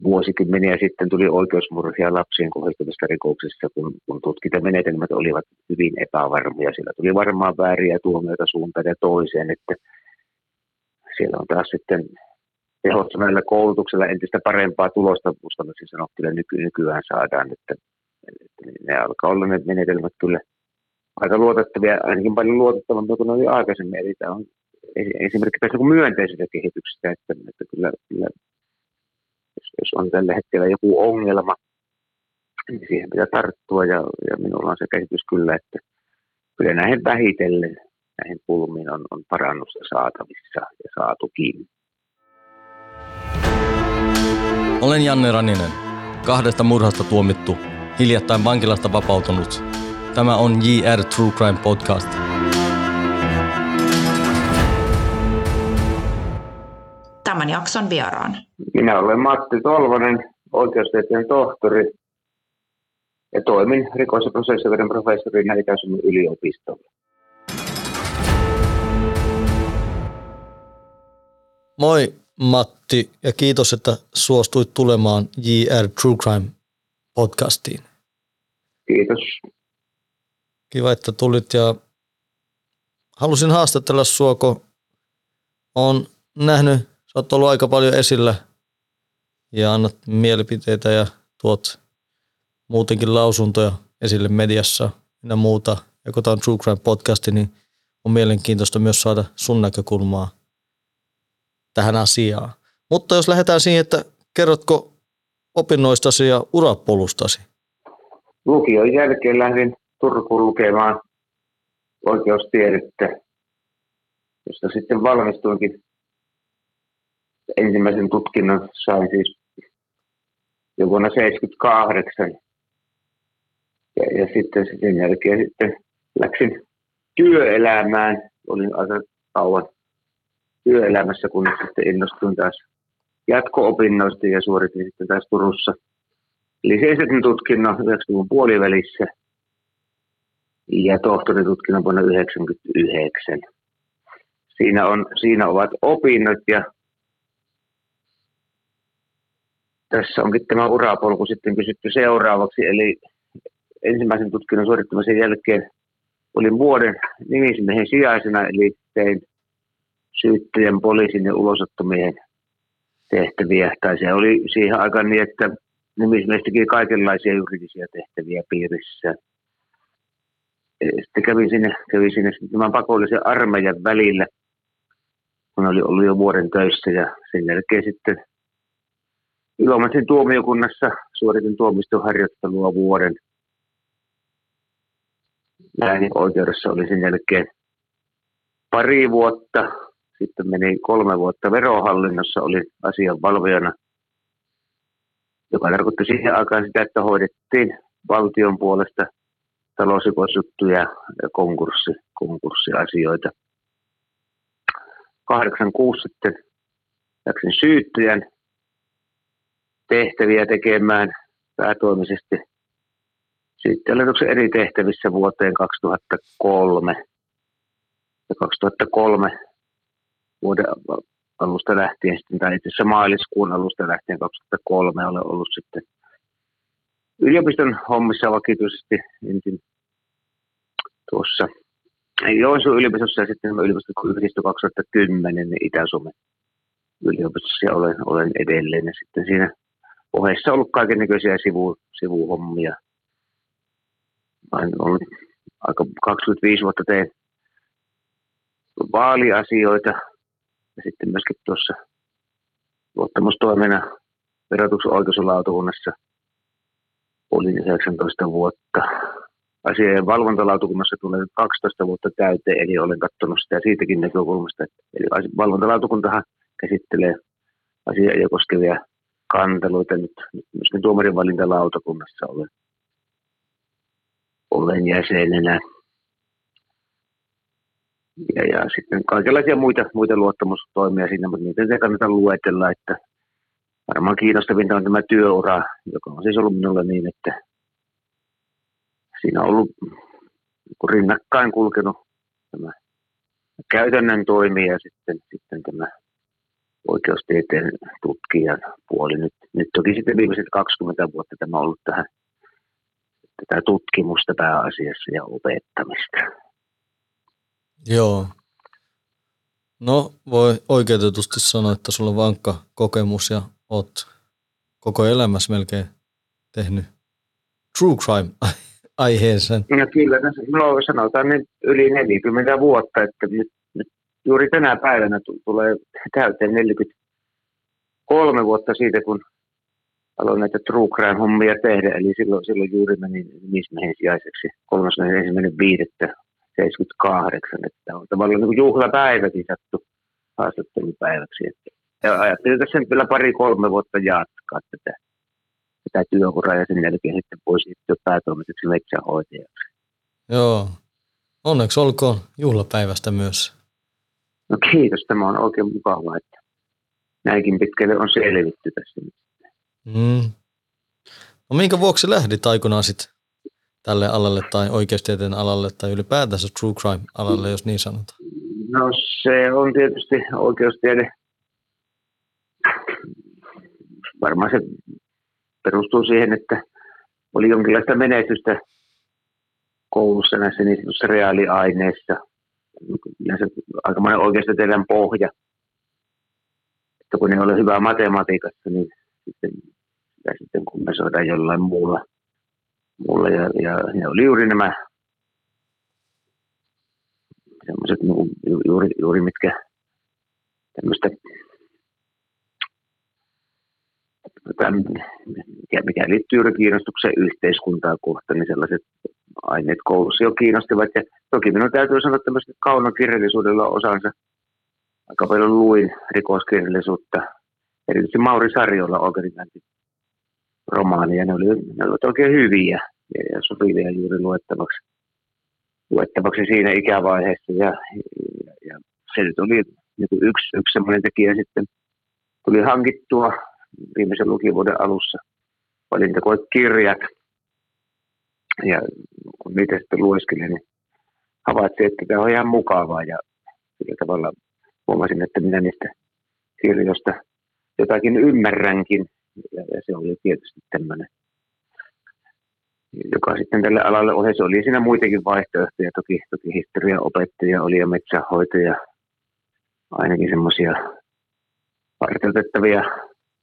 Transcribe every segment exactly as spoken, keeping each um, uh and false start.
vuosikymmeniä sitten tuli oikeusmurhia lapsien kohdistuvista rikoksista, kun, kun tutkintamenetelmät olivat hyvin epävarmoja. Siellä tuli varmaan vääriä tuomioita suuntaan ja toiseen, että siellä on taas sitten tehostuneella koulutuksella entistä parempaa tulosta, uskaltaisin sanoa, kyllä nyky, nykyään saadaan, että, että ne alkaa olla ne menetelmät kyllä aika luotettavia, ainakin paljon luotettavampia kuin ne oli aikaisemmin. Eli tämä on esimerkiksi tässä myönteisestä kehityksestä, että, että kyllä, kyllä jos on tällä hetkellä joku ongelma, niin siihen pitää tarttua ja, ja minulla on se käsitys kyllä, että kyllä näihin vähitellen, näihin pulmiin on, on parannusta saatavissa ja saatukin. Olen Janne Raninen, kahdesta murhasta tuomittu, hiljattain vankilasta vapautunut. Tämä on J R True Crime Podcast. Tämän jakson vieraan. Minä olen Matti Tolvanen, oikeustieteen tohtori ja toimin rikos- ja prosessioikeuden professorina Itä-Suomen yliopistolla. Moi Matti ja kiitos, että suostuit tulemaan J R True Crime Podcastiin. Kiitos. Kiva, että tulit ja halusin haastatella sua, kun olen nähnyt, sä oot ollut aika paljon esillä ja annat mielipiteitä ja tuot muutenkin lausuntoja esille mediassa ja muuta. Ja kun tämä on True Crime Podcasti, niin on mielenkiintoista myös saada sun näkökulmaa tähän asiaan. Mutta jos lähdetään siihen, että kerrotko opinnoistasi ja urapolustasi? Lukion jälkeen lähdin Turkuun lukemaan oikeustiedettä, josta sitten valmistuinkin. Ensimmäisen tutkinnon sain siis jo vuonna tuhatyhdeksänsataaseitsemänkymmentäkahdeksan. Ja, ja sitten sen jälkeen sitten läksin työelämään. Olin aika kauan työelämässä, kun sitten innostuin taas jatko-opinnoista ja suoritin sitten taas Turussa lisensiaatin tutkinnon yhdeksänkymmentäluvun puolivälissä ja tohtoritutkinnon vuonna yhdeksänkymmentäyhdeksän. Siinä, on, siinä ovat opinnot ja tässä onkin tämä urapolku sitten kysytty seuraavaksi. Eli ensimmäisen tutkinnon suorittamisen jälkeen olin vuoden nimismiehen sijaisena, eli tein syyttäjän, poliisin ja ulosottomiehen tehtäviä. Tai se oli siihen aikaan niin, että nimismies teki kaikenlaisia juridisia tehtäviä piirissä. Sitten kävin sinne, kävin sinne tämän pakollisen armeijan välillä, kun oli ollut jo vuoden töissä, ja sen jälkeen sitten Ilomantsin tuomiokunnassa suoritin tuomistoharjoittelua vuoden. Näin oikeudessa oli sen jälkeen pari vuotta. Sitten meni kolme vuotta Verohallinnossa, oli asianvalvojana, joka tarkoitti siihen aikaan sitä, että hoidettiin valtion puolesta talousrikosjuttuja ja konkurssi, konkurssiasioita. kahdeksankymmentäkuusi sitten läksin syyttäjän tehtäviä tekemään päätoimisesti syyttäjälaitoksen eri tehtävissä vuoteen kaksituhattakolme. Ja kaksituhattakolme vuoden alusta lähtien, sitten, tai itse asiassa maaliskuun alusta lähtien kaksituhattakolme olen ollut sitten yliopiston hommissa vakituisesti ensin tuossa Joensuun yliopistossa ja sitten yliopisto kun yhdistyi kaksituhattakymmenen niin Itä-Suomen yliopistossa ja olen, olen edelleen ja sitten siinä ohessa ollut kaikennäköisiä sivu, sivuhommia. Olen ollut aika kaksikymmentäviisi vuotta tein vaaliasioita ja sitten myöskin tuossa luottamustoimena verotuksen oikeuslautakunnassa olin yhdeksäntoista vuotta. Asian valvontalautakunnassa tulee kaksitoista vuotta täyteen, eli olen katsonut sitä siitäkin näkökulmasta. Eli valvontalautakuntahan käsittelee asiaa koskevia kanteluita. Nyt, nyt myöskin tuomarin valintalautakunnassa olen, olen jäsenenä. Ja, ja sitten kaikenlaisia muita, muita luottamustoimia siinä, mutta niitä ei kannata luetella, että varmaan kiinnostavinta on tämä työura, joka on siis ollut minulle niin, että siinä on ollut rinnakkain kulkenut tämä käytännön toimi ja sitten, sitten tämä oikeustieteen tutkijan puoli. Nyt, nyt toki sitten viimeiset kaksikymmentä vuotta tämä on ollut tähän tätä tutkimusta pääasiassa ja opettamista. Joo. No voi oikeutetusti sanoa, että sulla on vankka kokemus ja oot koko elämässä melkein tehnyt true crime-aiheeseen. No kyllä, no sanotaan nyt yli neljäkymmentä vuotta, että nyt, nyt juuri tänä päivänä tulee täyteen neljäkymmentäkolme vuotta siitä, kun aloin näitä true crime-hommia tehdä, eli silloin, silloin juuri menin nimismiehen sijaiseksi kolmaskymmenesensimmäinen viidettä seitsemänkymmentäkahdeksan, että on tavallaan niin juhlapäiväkin sattu haastattelupäiväksi. Ja ajattelin tässä nyt vielä pari-kolme vuotta jatkaa tätä, tätä työuraa ja sen jälkeen sitten voisi siirtyä päätoimiseksi metsänhoitajaksi. Joo, onneksi olkoon juhlapäivästä myös. No kiitos, tämä on oikein mukavaa, että näinkin pitkälle on selvitty tässä. Mm. No minkä vuoksi lähdit aikoinaan sitten tälle alalle tai oikeustieteen alalle tai ylipäätänsä true crime alalle, jos niin sanotaan? No se on tietysti oikeustiede. Varmaan se perustuu siihen, että oli jonkinlaista menestystä koulussa näissä niin sanotussa reaaliaineissa. Yleensä aikamoinen oikeustieteen pohja. Että kun ne ole hyvää matematiikassa, niin sitten, ja sitten kompensoidaan jollain muulla. muulla ja, ja ne oli juuri nämä semmoiset ju, juuri, juuri mitkä tämmöistä, mikä, mikä liittyy juuri kiinnostukseen yhteiskuntaa kohtaan, niin sellaiset aineet koulussa jo kiinnostivat. Ja toki minun täytyy sanoa, että tämmöistä kaunokirjallisuudella osansa. Aika paljon luin rikoskirjallisuutta, erityisesti Mauri Sarjolla oikeudenkäynti romaania. Ne, oli, ne olivat oikein hyviä ja sopivia juuri luettavaksi, luettavaksi siinä ikävaiheessa. Ja, ja, ja se nyt oli niin yksi, yksi semmoinen tekijä sitten. Tuli hankittua viimeisen lukivuoden alussa valintakoekirjat. Ja kun niitä sitten lueskelin, niin havaitsin, että tämä on ihan mukavaa. Ja sillä tavalla huomasin, että minä niistä kirjoista jotakin ymmärränkin. Ja, ja se oli tietysti tämmöinen, joka sitten tälle alalle ohi. Se oli siinä muitakin vaihtoehtoja. Toki, toki historiaopettajia oli ja metsänhoitoja, ainakin semmoisia varteutettavia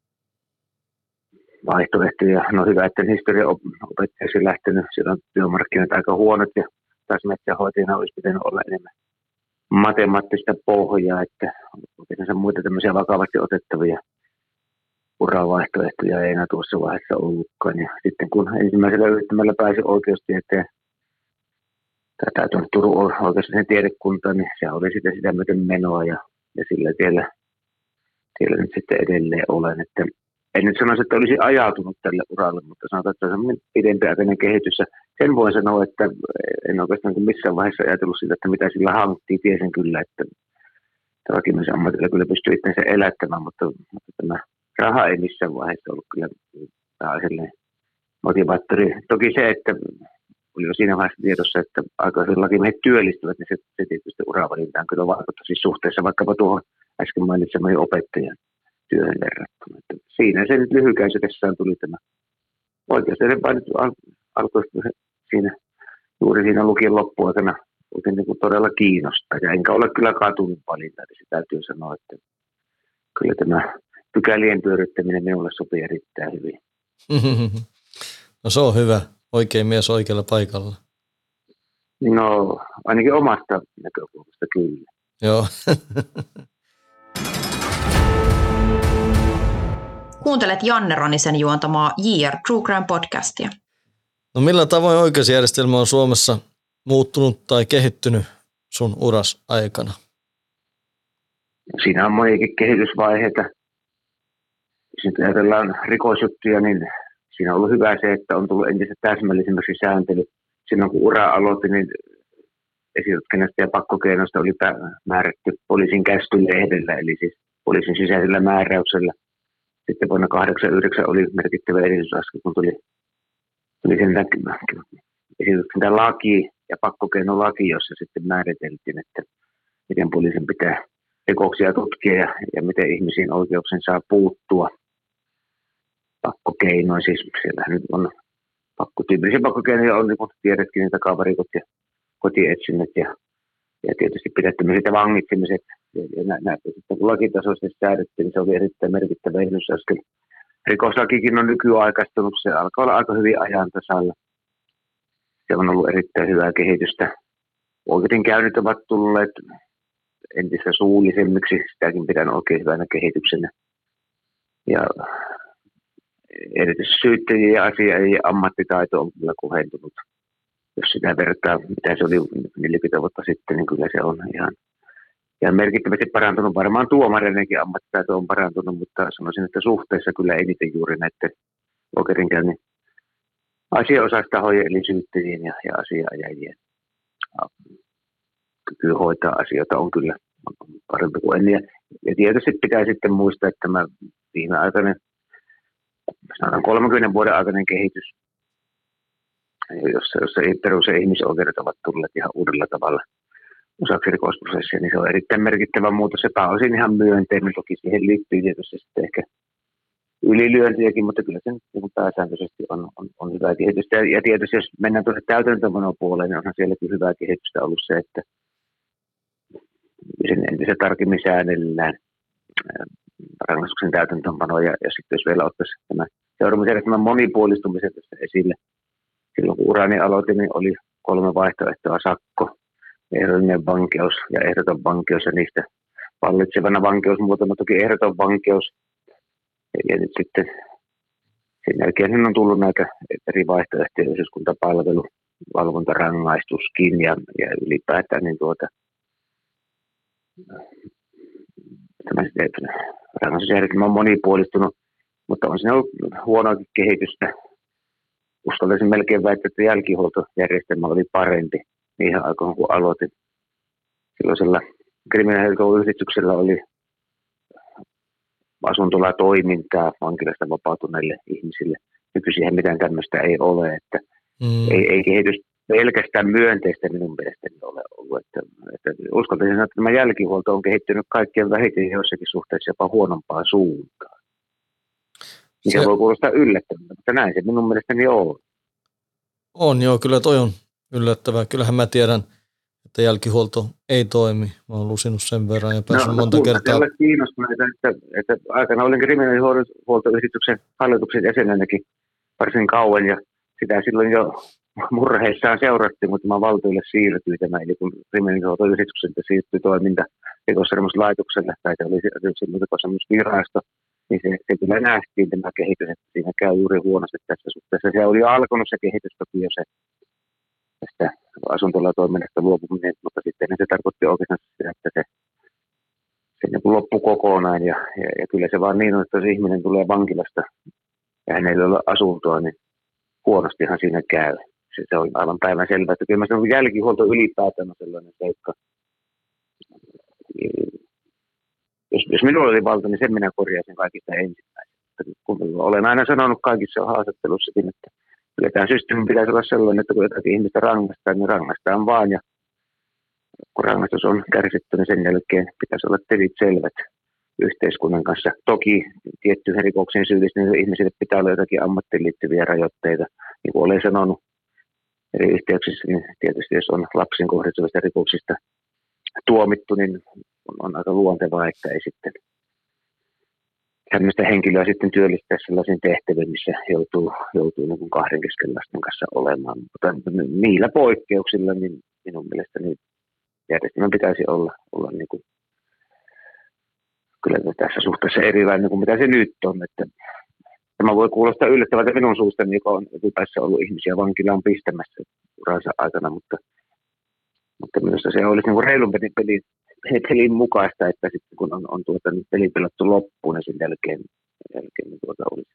vaihtoehtoja. No hyvä, että historiaopettaja olisi lähtenyt. Siellä on työmarkkinat aika huonot ja taas metsänhoitajana olisi pitänyt olla enemmän matemaattista pohjaa, että oikeastaan muita tämmöisiä vakavasti otettavia uravaihtoehtoja ei enää tuossa vaiheessa ollutkaan. Ja sitten kun ensimmäisellä yrittämällä pääsi oikeustieteen tai tuonne Turun oikeustieteen tiedekuntaan, niin se oli sitten sitä myöten menoa ja, ja sillä tiellä, tiellä nyt sitten edelleen olen. Että en nyt sanoisi, että olisi ajautunut tälle uralle, mutta sanotaan, että se on semmoinen pidempiaikainen kehitys. Ja sen voin sanoa, että en oikeastaan missään vaiheessa ajatellut sitä, että mitä sillä hanktiin. Tiesin kyllä, että rakennus ammatilla kyllä pystyy itsensä elättämään, mutta, mutta tämä raha ei missään vaiheessa ollut kyllä vähän motivaattori. Toki se, että oli jo siinä vaiheessa tiedossa, että aikaisemmin lakimiehet työllistyvät, niin se, se tietysti uravalintaan kyllä vaikuttaa siis suhteessa vaikkapa tuohon äsken mainitsemani opettajan työhön verrattuna. Että siinä se nyt lyhykäisyydessään tuli tämä oikeastaan vain al- alkoi siinä, juuri siinä lukion loppuaikana oikein niin kuin todella kiinnostaa. Ja enkä ole kyllä katunut valintaa, niin se täytyy sanoa, että kyllä tämä pykälien pyörittäminen minulle sopii erittäin hyvin. No se on hyvä. Oikein mies oikealla paikalla. No ainakin omasta näkökulmasta kyllä. Joo. Kuuntelet Janne Ronisen juontamaa J R True Crime podcastia. No millä tavoin oikeusjärjestelmä on Suomessa muuttunut tai kehittynyt sun uras aikana? Siinä on moniakin kehitysvaiheita. Jos nyt ajatellaan rikosjuttuja, niin siinä on ollut hyvä se, että on tullut entistä täsmällisemmäksi sääntely. Silloin kun ura aloitti, niin esitutkinnasta ja pakkokeinosta oli määrätty poliisin käskylehdellä, eli siis poliisin sisäisellä määräyksellä. Sitten vuonna kahdeksankymmentäyhdeksän oli merkittävä edistysaskel, kun tuli, tuli sen esitutkintälaki ja pakkokeinolaki, jossa sitten määriteltiin, että miten poliisin pitää rikoksia tutkia ja, ja miten ihmisiin oikeuksiin saa puuttua pakkokeinoin. Siis siellähän nyt on pakko, tyypillisiä pakkokeinoja on, niin kuin tiedätkin, niin takavarikot ja kotietsinnät ja, ja tietysti pidättämiset ja vangitsemiset. Ja, ja näitä sitten kun lakitasoisesti säädettiin, niin se oli erittäin merkittävä edistysaskel. Rikoslakikin on nykyaikaistunut, se alkaa olla aika hyvin ajan tasalla. Se on ollut erittäin hyvää kehitystä. Oikeudenkäynnit ovat tulleet entistä suullisemmiksi, sitäkin pidän oikein hyvänä kehityksenä. Ja erityisesti syyttäjien ja asiaajien ammattitaito on kyllä kohentunut. Jos sitä vertaa, mitä se oli neljäkymmentä vuotta sitten, niin kyllä se on ihan, ihan merkittävästi parantunut. Varmaan tuomareidenkin ammattitaito on parantunut, mutta sanoisin, että suhteessa kyllä eniten juuri näiden oikeudenkäynnin asiaosaistahojen, eli syyttäjien ja, ja asiaajien kyky hoitaa asioita on kyllä parempi kuin ennen. Ja tietysti pitää sitten muistaa, että tämä viimeaikainen, sanotaan kolmenkymmenen vuoden aikainen kehitys, jossa, jossa perus- ja ihmisoikeudet ovat tulleet ihan uudella tavalla osaksi rikosprosessia, niin se on erittäin merkittävä muutos. Se pääosin ihan myönteinen, toki siihen liittyy tietysti sitten ehkä ylilyöntiäkin, mutta kyllä se niin pääsääntöisesti on, on, on hyvää kehitystä. Ja, ja tietysti jos mennään tuolle täytäntöönpanopuoleen, niin onhan sielläkin hyvää kehitystä ollut se, että sen entisen tarkemmin säännellään rangaistuksen täytäntöönpanoa. Ja, ja sitten jos vielä ottaisi tämä seuraamisjärjestelmän monipuolistumisen tässä esille. Silloin kun urani aloitin, niin oli kolme vaihtoehtoa: sakko, ehdollinen vankeus ja ehdoton vankeus, ja niistä vallitsevana vankeusmuotona toki ehdoton vankeus. Ja nyt sitten sen jälkeen on tullut näitä eri vaihtoehtoja, yhdyskuntapalvelu, valvontarangaistuskin ja, ja ylipäätään niin tuota, rangaistusjärjestelmä on monipuolistunut, mutta on siinä ollut huonoakin kehitystä. Uskaltaisin melkein väittää, että jälkihuoltojärjestelmä oli parempi niihin aikoihin, kun aloitin. Silloisella kriminaaliyhdistyksellä oli asuntolatoimintaa vankilasta vapautuneille ihmisille. Nykyisinhän mitään tämmöistä ei ole, että mm. ei, ei kehitys pelkästään myönteistä minun mielestäni ole ollut. Että, että uskaltaisin sanoa, että tämä jälkihuolto on kehittynyt kaikkien vähiten jossakin suhteessa jopa huonompaan suuntaan. Mikä se voi kuulostaa yllättävältä, mutta näin se minun mielestäni on. On joo, kyllä toi on yllättävää. Kyllähän mä tiedän, että jälkihuolto ei toimi. Mä oon lusinut sen verran ja päässyt no, monta kertaa. No, kiinnostuneita, että, että aikana olin kriminaalihuoltoyhdistyksen hallituksen jäsenenäkin varsin kauan, ja sitä silloin jo murheissaan seurattiin, mutta tämä valtiolle siirtyi tämä, eli kun kriminaalihuoltoyhdistykseltä siirtyi toiminta rikosseuraamuslaitokselle, tai se oli silloin rikosseuraamusvirasto, niin se, se kyllä nähtiin tämä kehitys, että siinä käy juuri huonosti tässä suhteessa. Se oli alkanut se kehitys toki jo se tästä asuntolatoiminnasta luopuminen, mutta sitten se tarkoitti oikeastaan sitä, että se, se niin loppui kokonaan. Ja, ja, ja kyllä se vaan niin on, että jos ihminen tulee vankilasta ja hänellä ei ole asuntoa, niin huonostihan siinä käy. Se, se on aivan päivän selvä, että kyllä mä sanon, jälkihuolto ylipäätään on sellainen seikka. Jos, jos minulla oli valta, niin sen minä korjaisin kaikista ensimmäisenä. Kun olen aina sanonut kaikissa haastattelussakin, että kyllä tämä systeemi pitäisi olla sellainen, että kun jotakin ihmistä rangaistaan, niin rangaistaan vaan. Ja kun rangaistus on kärsitty, niin sen jälkeen pitäisi olla telit selvät yhteiskunnan kanssa. Toki tiettyihin rikoksiin syyllistyneille ihmisille pitää olla jotakin ammattiin liittyviä rajoitteita. Niin kuin olen sanonut eri yhteyksissä, niin tietysti jos on lapsiin kohdistuvista rikoksista tuomittu, niin on aika luontevaa, että ei sitten tämmöistä henkilöä sitten työllistää sellaisiin tehtäviin, missä joutuu, joutuu niin kuin kahden kesken lasten kanssa olemaan. Mutta niillä poikkeuksilla niin minun mielestäni järjestelmän pitäisi olla, olla niin kuin, kyllä tässä suhteessa erilainen kuin mitä se nyt on. Että tämä voi kuulostaa yllättävältä minun suustani, joka on etupäässä ollut ihmisiä vankilaan pistämässä uransa aikana, mutta, mutta minusta se olisi niin kuin reilumpi peli. pelin mukaista, että sitten kun on, on tuota, niin peli pelattu loppuun, niin sen jälkeen, jälkeen niin tuota olisi,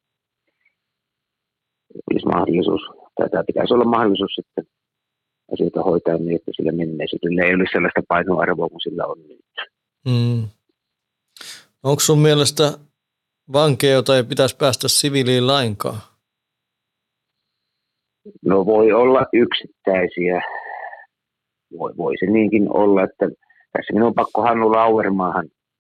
olisi mahdollisuus, tai tämä pitäisi olla mahdollisuus sitten asioita hoitaa niin, että sillä menneisyydellä ei olisi sellaista painoarvoa kuin sillä on nyt. Mm. Onko sun mielestä vankeja, jota ei pitäisi päästä siviiliin lainkaan? No voi olla yksittäisiä. Voi, voi se niinkin olla, että tässä minun on pakko Hannu Lauermaahan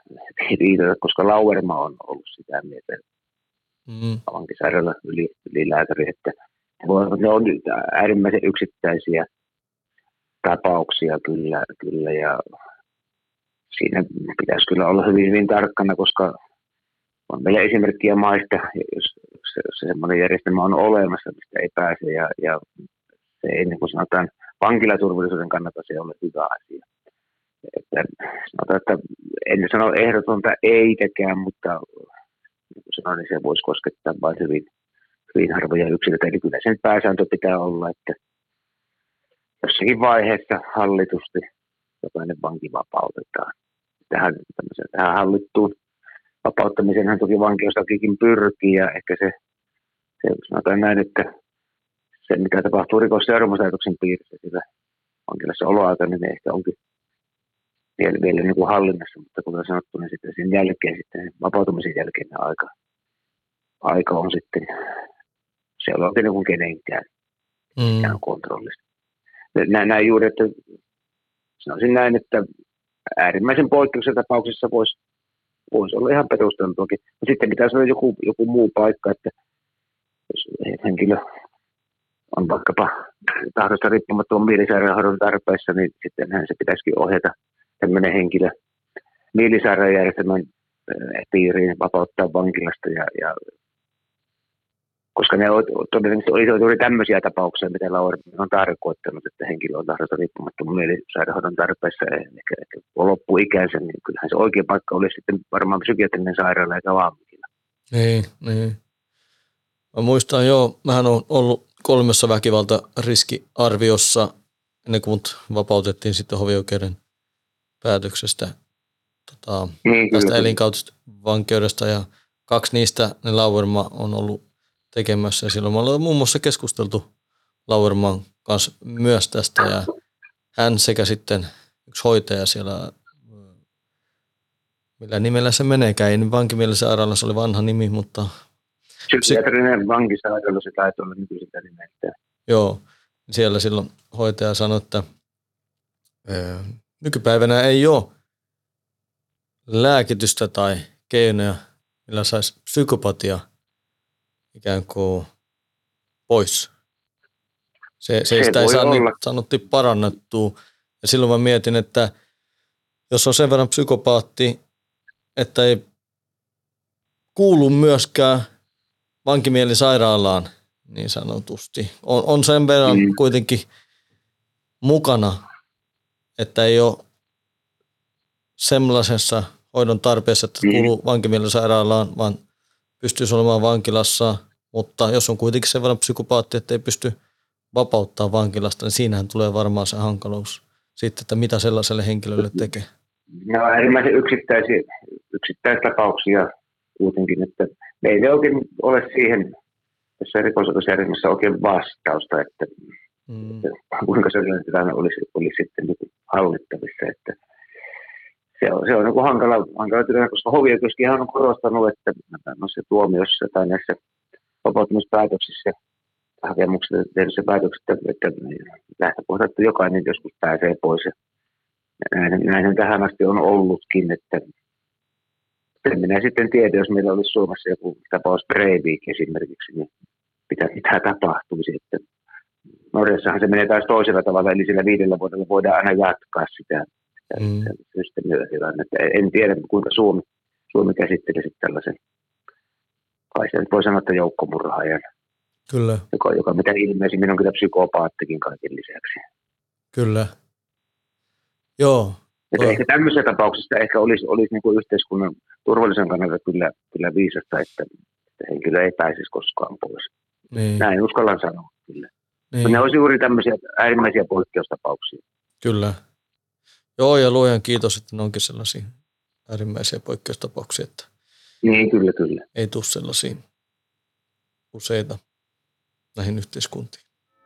viitata, koska Lauerma on ollut sitä mieltä, Mm. vankisairaala yli, ylilääkäri, että ne on äärimmäisen yksittäisiä tapauksia kyllä, kyllä ja siinä pitäisi kyllä olla hyvin, hyvin tarkkana, koska on meillä esimerkkiä maista, jos se, se semmoinen järjestelmä on olemassa, mistä ei pääse ja, ja se ei, niin kuin sanotaan, vankilaturvallisuuden kannalta se ole hyvä asia. Että, sanotaan, että en sano ehdotonta eitäkään, mutta niin kuin sanoin, niin se voisi koskettaa vain hyvin, hyvin harvoja yksilöitä. Eli kyllä sen pääsääntö pitää olla, että jossakin vaiheessa hallitusti jokainen vanki vapautetaan. Tähän, tähän hallittuun vapauttamiseenhan toki vankeuslakikin pyrkii ja ehkä se, se sanotaan näin, että se mitä tapahtuu rikosseuraamuslaitoksen piirissä sillä vankilassa oloaikana, niin ehkä onkin vielä, vielä niin kuin hallinnassa, mutta kuten sanottu, niin sitten sen jälkeen, sitten vapautumisen jälkeen aika, aika on sitten, se on oikein niin kuin kenenkään mm. kontrollista. Näin, näin juuri, että sanoisin näin, että äärimmäisen poikkeuksen tapauksessa voisi voisi olla ihan perusteltuakin. Sitten pitäisi olla joku, joku muu paikka, että jos henkilö on vaikkapa tahdosta riippumattoman mielisairaanhoidon tarpeessa, niin sittenhän se pitäisikin ohjata tämmöinen henkilö mielisairaalajärjestelmän piiriin, vapauttaa vankilasta. Ja, ja, koska ne todennäköisesti olisi juuri tämmöisiä tapauksia, mitä Lauerman on tarkoittanut, että henkilö on tahdosta riippumattoman mielisairaanhoidon tarpeessa ehkä, ehkä loppuikänsä, niin kyllähän se oikea paikka olisi sitten varmaan psykiatrinen sairaala eikä vankila. Niin, niin. Mä muistan jo, mähän olen ollut kolmessa väkivaltariskiarviossa ennen kuin mut vapautettiin sitten hovioikeuden päätöksestä tota, niin, tästä kyllä. elinkautisesta vankeudesta ja kaksi niistä ne Lauerma on ollut tekemässä ja silloin me ollaan muun muassa keskusteltu Lauerman kanssa myös tästä ja hän sekä sitten yksi hoitaja siellä, millä nimellä se meneekään, ei vankimielisen sairaalassa oli vanha nimi, mutta psykiatrinen vankisairaala se taitaa olla nykyisiltä nimeltä. Joo, siellä silloin hoitaja sanoi, että ää, nykypäivänä ei ole lääkitystä tai keinoja, millä saisi psykopatia ikään kuin pois. Se, se, se sitä ei saa niin sanottiin parannettua. Ja silloin mä mietin, että jos on sen verran psykopaatti, että ei kuulu myöskään vankimielisairaalaan niin sanotusti. On, on sen verran mm. kuitenkin mukana, että ei ole sellaisessa hoidon tarpeessa, että mm. kuuluu vankimielisairaalaan, vaan pystyisi olemaan vankilassa, mutta jos on kuitenkin sen verran psykopaatti, että ei pysty vapauttaa vankilasta, niin siinähän tulee varmaan se hankaluus sitten, että mitä sellaiselle henkilölle tekee. Ne on äärimmäisen yksittäisiä, yksittäistapauksia kuitenkin, että me ei oikein ole siihen tässä rikosoikeusjärjestelmässä oikein vastausta, että, mm. että kuinka sellainen tilanne olisi, olisi sitten hallittavissa, että se on, se on niin hankala, hankala tilanne, koska hovioikeuskin on korostanut, että noissa tuomioissa tai näissä vapautumispäätöksissä hakemuksessa tehdyssä päätöksessä, että lähtökohta, että jokainen joskus pääsee pois. Näin, näin tähän asti on ollutkin, että en minä sitten tiedä, jos meillä olisi Suomessa joku tapaus Breivik esimerkiksi, niin mitä, mitä tapahtuisi. Että Norjassahan se menee taas toisella tavalla, eli sillä viidellä vuodella voidaan aina jatkaa sitä, sitä mm. systeemiä. En tiedä, kuinka Suomi, Suomi käsittelisi tällaisen, kai se voi sanoa, että joukkomurhaajan. Kyllä. Joka, joka mitä ilmeisimmin on kyllä psykopaattikin kaiken lisäksi. Kyllä. Joo. Että ehkä tämmöisessä tapauksessa ehkä olisi, olisi niin kuin yhteiskunnan turvallisen kannalta kyllä, kyllä viisasta, että, että henkilö ei pääsisi koskaan pois. Niin. Näin uskallan sanoa kyllä. Niin. Ne olisi juuri tämmöisiä äärimmäisiä poikkeustapauksia. Kyllä. Joo, ja luojan kiitos, että ne onkin sellaisia äärimmäisiä poikkeustapauksia, että niin, kyllä, kyllä. ei tule sellaisia useita näihin yhteiskuntiin.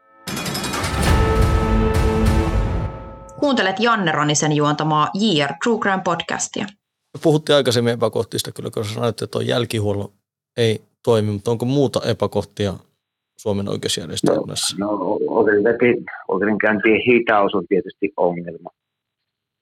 Kuuntelet Janne Ronisen juontamaa J R True Crime podcastia. Me puhuttiin aikaisemmin epäkohtista, kyllä kun sanoit, että tuo jälkihuollo ei toimi, mutta onko muuta epäkohtia Suomen oikeusjärjestelmässä? No, no oikeudenkäyntien hitaus on tietysti ongelma.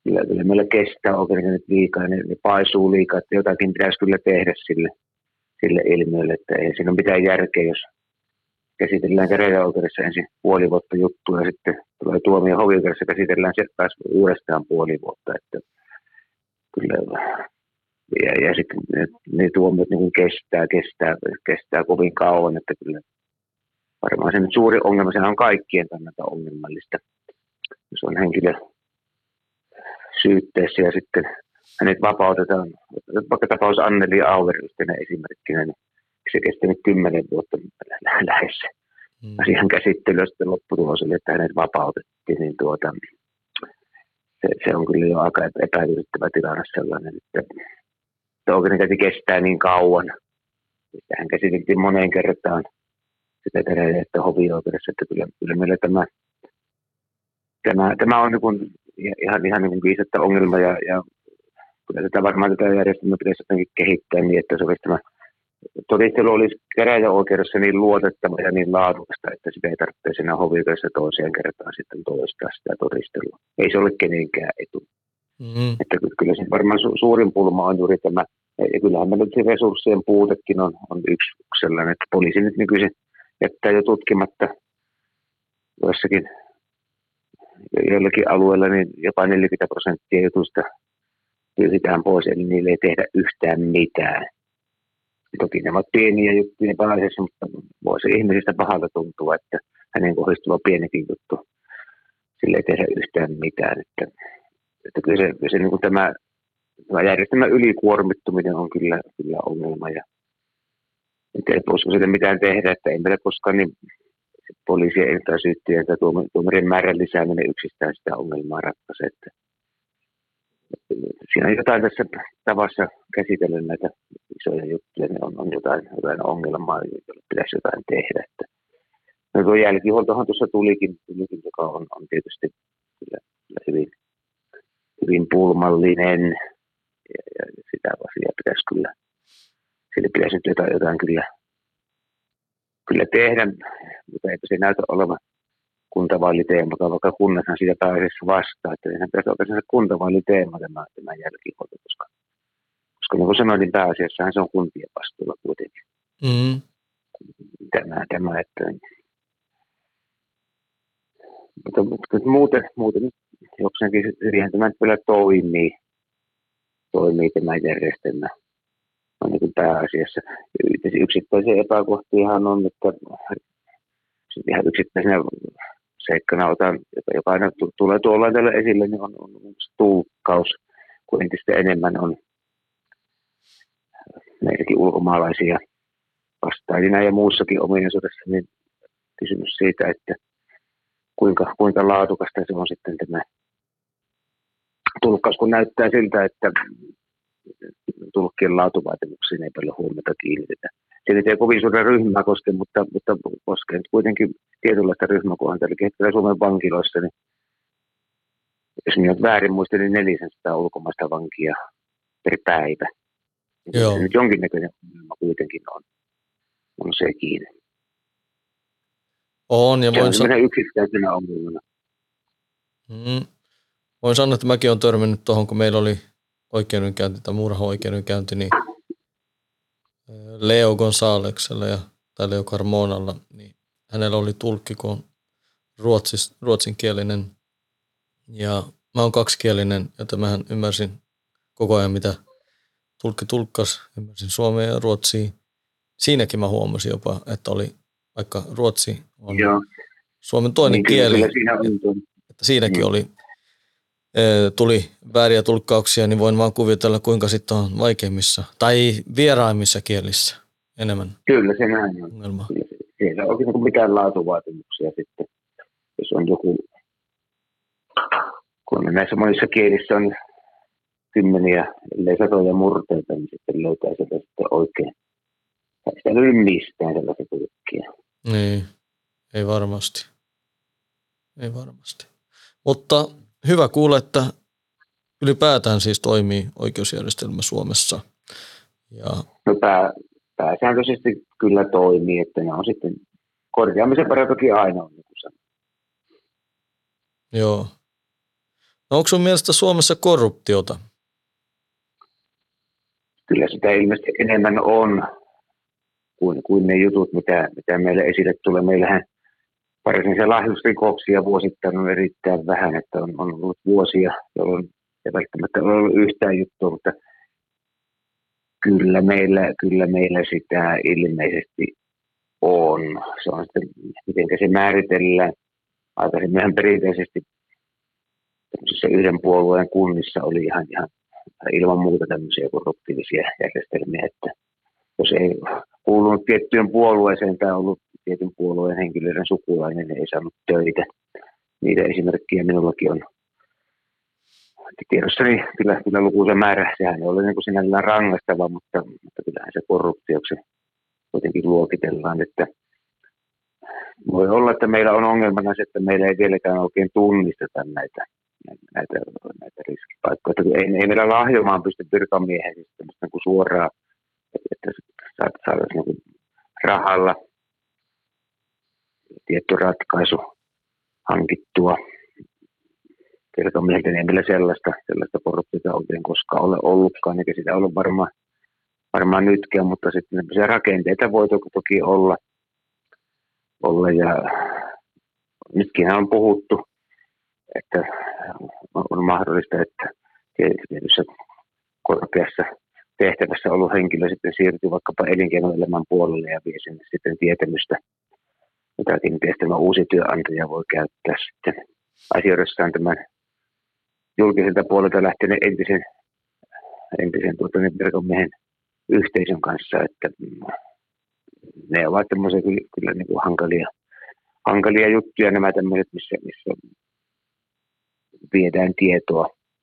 kyllä, kyllä meillä kestää oikein nyt liikaa, ne, ne paisuu liikaa, että jotakin pitäisi kyllä tehdä sille, sille ilmiölle, että ei siinä ole mitään järkeä, jos käsitellään käräjäoikeudessa ensin puoli vuotta juttua ja sitten tulee tuomio hovioikeudessa, käsitellään se taas uudestaan puoli vuotta, että kyllä, ja, ja sitten ne, ne tuomiot niin kestää, kestää, kestää kovin kauan, että kyllä varmaan se nyt suuri ongelma, sehän on kaikkien kannalta ongelmallista, jos on henkilö syytteessä ja sitten hänet vapautetaan, vaikka tapaus Anneli Auer yhtenä esimerkkinä, niin se kesti nyt kymmenen vuotta lähes mm. asian käsittelyä, sitten lopputulos oli, että hänet vapautettiin, niin tuota, se, se on kyllä jo aika epäilyttävä tilanne sellainen, että, että oikeudenkäynti kestää niin kauan, että hän käsiteltiin moneen kertaan sitä käräjä, että hovioikeudessa, että kyllä, kyllä meillä tämä, tämä, tämä on niin kuin ihan, ihan niin kuin viisattu ongelma ja, ja kyllä tätä varmaan tätä järjestelmää pitäisi jotenkin kehittää niin, että se olisi tämä todistelu olisi käräjäoikeudessa niin luotettava ja niin laadukasta, että sitä ei tarvitse siinä hovioikeudessa toiseen kertaan sitten toistaa sitä todistelua. Ei se ole kenenkään etu. Mm-hmm. Että kyllä se varmaan su- suurin pulma on juuri tämä, ja kyllähän meillä se resurssien puutekin on, on yksi sellainen, että poliisi nyt nykyisin jättää jo tutkimatta joissakin joillakin alueilla niin jopa neljäkymmentä prosenttia jutusta tyhjitään pois, eli niille ei tehdä yhtään mitään. Toki ne ovat pieniä juttuja pääasiassa, mutta voisi ihmisistä pahalta tuntua, että hänen kohdistuva pienikin juttu, sille ei tehdä yhtään mitään. Että, että kyllä se, kyllä se niin kuin tämä, tämä järjestelmän ylikuormittuminen on kyllä, kyllä ongelma. Ja, että ei voisiko sille mitään tehdä, että ei meillä koskaan niin poliisien tai syyttäjien tai tuomarien määrän lisääminen yksistään sitä ongelmaa ratkaise. Että, siinä on jotain tässä tavassa käsitellä näitä isoja juttuja, niin on, on jotain, jotain ongelmaa, jolla pitäisi jotain tehdä. Että, no tuo jälkihuoltohan tuossa tulikin, tulikin joka on, on tietysti kyllä, kyllä hyvin, hyvin pulmallinen, ja, ja sitä asiaa pitäisi kyllä, sille pitäisi nyt jotain, jotain kyllä, kyllä tehdä, mutta eipä se näytä olevan kuntavaaliteema, vaikka kunnathan siitä pääasiassa vastaa, että sehän pitäisi oikeastaan se kuntavaaliteema tämä, tämä jälkihuolto, koska, koska niin kuin sanoin, niin pääasiassahan se on kuntien vastuulla kuitenkin. Mm. Tämä, tämä, että mutta, mutta muuten, muuten jokseenkin siihen tämä vielä toimii, toimii tämä järjestelmä on niin kuin pääasiassa. Yksittäisiä epäkohtiahan on, että ihan yksittäisenä seikkana otan, joka aina tulee tuolla tällä esille, niin on, on tulkkaus, kun entistä enemmän on meilläkin ulkomaalaisia vastaajina ja muussakin ominaisuudessa, niin kysymys siitä, että kuinka, kuinka laadukasta se on sitten tämä tulkkaus, kun näyttää siltä, että tulkkien laatuvaatimuksiin ei paljon huomiota kiinnitetä. Se ei kovin suurta ryhmää koske, mutta, mutta koskee nyt kuitenkin tietynlaista ryhmää, kun on tälläkin hetkellä Suomen vankiloissa, niin jos minä nyt väärin muistan, niin neljäsataa ulkomaista vankia per päivä. Joo. Se nyt jonkinnäköinen ongelma kuitenkin on, on sekin. On, ja se voin on san- yksittäisenä ongelmana. Mm. Voin sanoa, että mäkin olen törmännyt tuohon, kun meillä oli oikeudenkäynti tai murha-oikeudenkäynti, niin Leo Gonzaleksella ja, tai Leo Carmonalla, niin hänellä oli tulkki, kun on ruotsis, ruotsinkielinen ja mä oon kaksikielinen, joten mähän ymmärsin koko ajan, mitä tulkki tulkkasi, ymmärsin suomea ja ruotsia. Siinäkin mä huomasin jopa, että oli, vaikka ruotsi on Joo. Suomen toinen niin, kieli, siinä että siinäkin mm. oli, tuli vääriä tulkkauksia, niin voin vaan kuvitella, kuinka sitten on vaikeimmissa tai vieraimmissa kielissä enemmän. Kyllä, se näin on. Ongelma. Siellä on oikein mitään laatuvaatimuksia sitten, jos on joku, kun näissä monissa kielissä on kymmeniä, ellei satoja murteita, niin sitten löytää sieltä sitten oikein. Sitä rymmistään sellaista tulkkia. Niin, ei varmasti. Ei varmasti. Mutta hyvä kuulla, että ylipäätään siis toimii oikeusjärjestelmä Suomessa. Ja no pää, pääsääntöisesti kyllä toimii, että ne on sitten korjaamisen verran toki aina on. Niin joo. No onko sun mielestä Suomessa korruptiota? Kyllä sitä ilmeisesti enemmän on kuin, kuin ne jutut, mitä, mitä meille esille tulee. Meillähän varsinaisia lahjusrikoksia vuosittain on erittäin vähän, että on, on ollut vuosia, jolloin ei välttämättä ole ollut yhtään juttua, mutta kyllä meillä, kyllä meillä sitä ilmeisesti on. Se on sitten, miten se määritellään. Aikaisemminhan perinteisesti yhden puolueen kunnissa oli ihan, ihan ilman muuta tämmöisiä korruptiivisia järjestelmiä, että jos ei kuulunut tiettyyn puolueeseen tai ollut tietyn puolueen henkilöiden sukulainen, niin ei saanut töitä. Niitä esimerkkejä minullakin on tiedossani kyllä, kyllä lukuisa määrä. Sehän ei ole niin kuin sinällään rangaistava, mutta, mutta kyllähän se korruptioksi kuitenkin luokitellaan, että voi olla, että meillä on ongelmana se, että meillä ei vieläkään oikein tunnisteta näitä, näitä, näitä riskipaikkoja. Ei, ei meillä lahjomaan pysty virkamiehen siis niin suoraan, että saataisiin niin rahalla tietty ratkaisu hankittua. Virkamieheltä ei meillä sellaista, sellaista korruptiota oikein koskaan ole ollutkaan, eikä sitä ole varmaan, varmaan nytkään, mutta sitten rakenteita voi toki olla. olla ja nytkin on puhuttu, että on mahdollista, että tietyssä korkeassa tehtävässä ollut henkilö sitten siirtyy vaikkapa elinkeinoelämän puolelle ja vie sinne sitten tietämystä, jota kenties tämä uusi työnantaja voi käyttää sitten asioidessaan tämän julkiselta puolelta lähteneen entisen, entisen tuota, virkamiehen yhteisön kanssa, että ne ovat tämmöisiä kyllä, kyllä niin kuin hankalia, hankalia juttuja nämä tämmöiset, missä, missä viedään tietoa.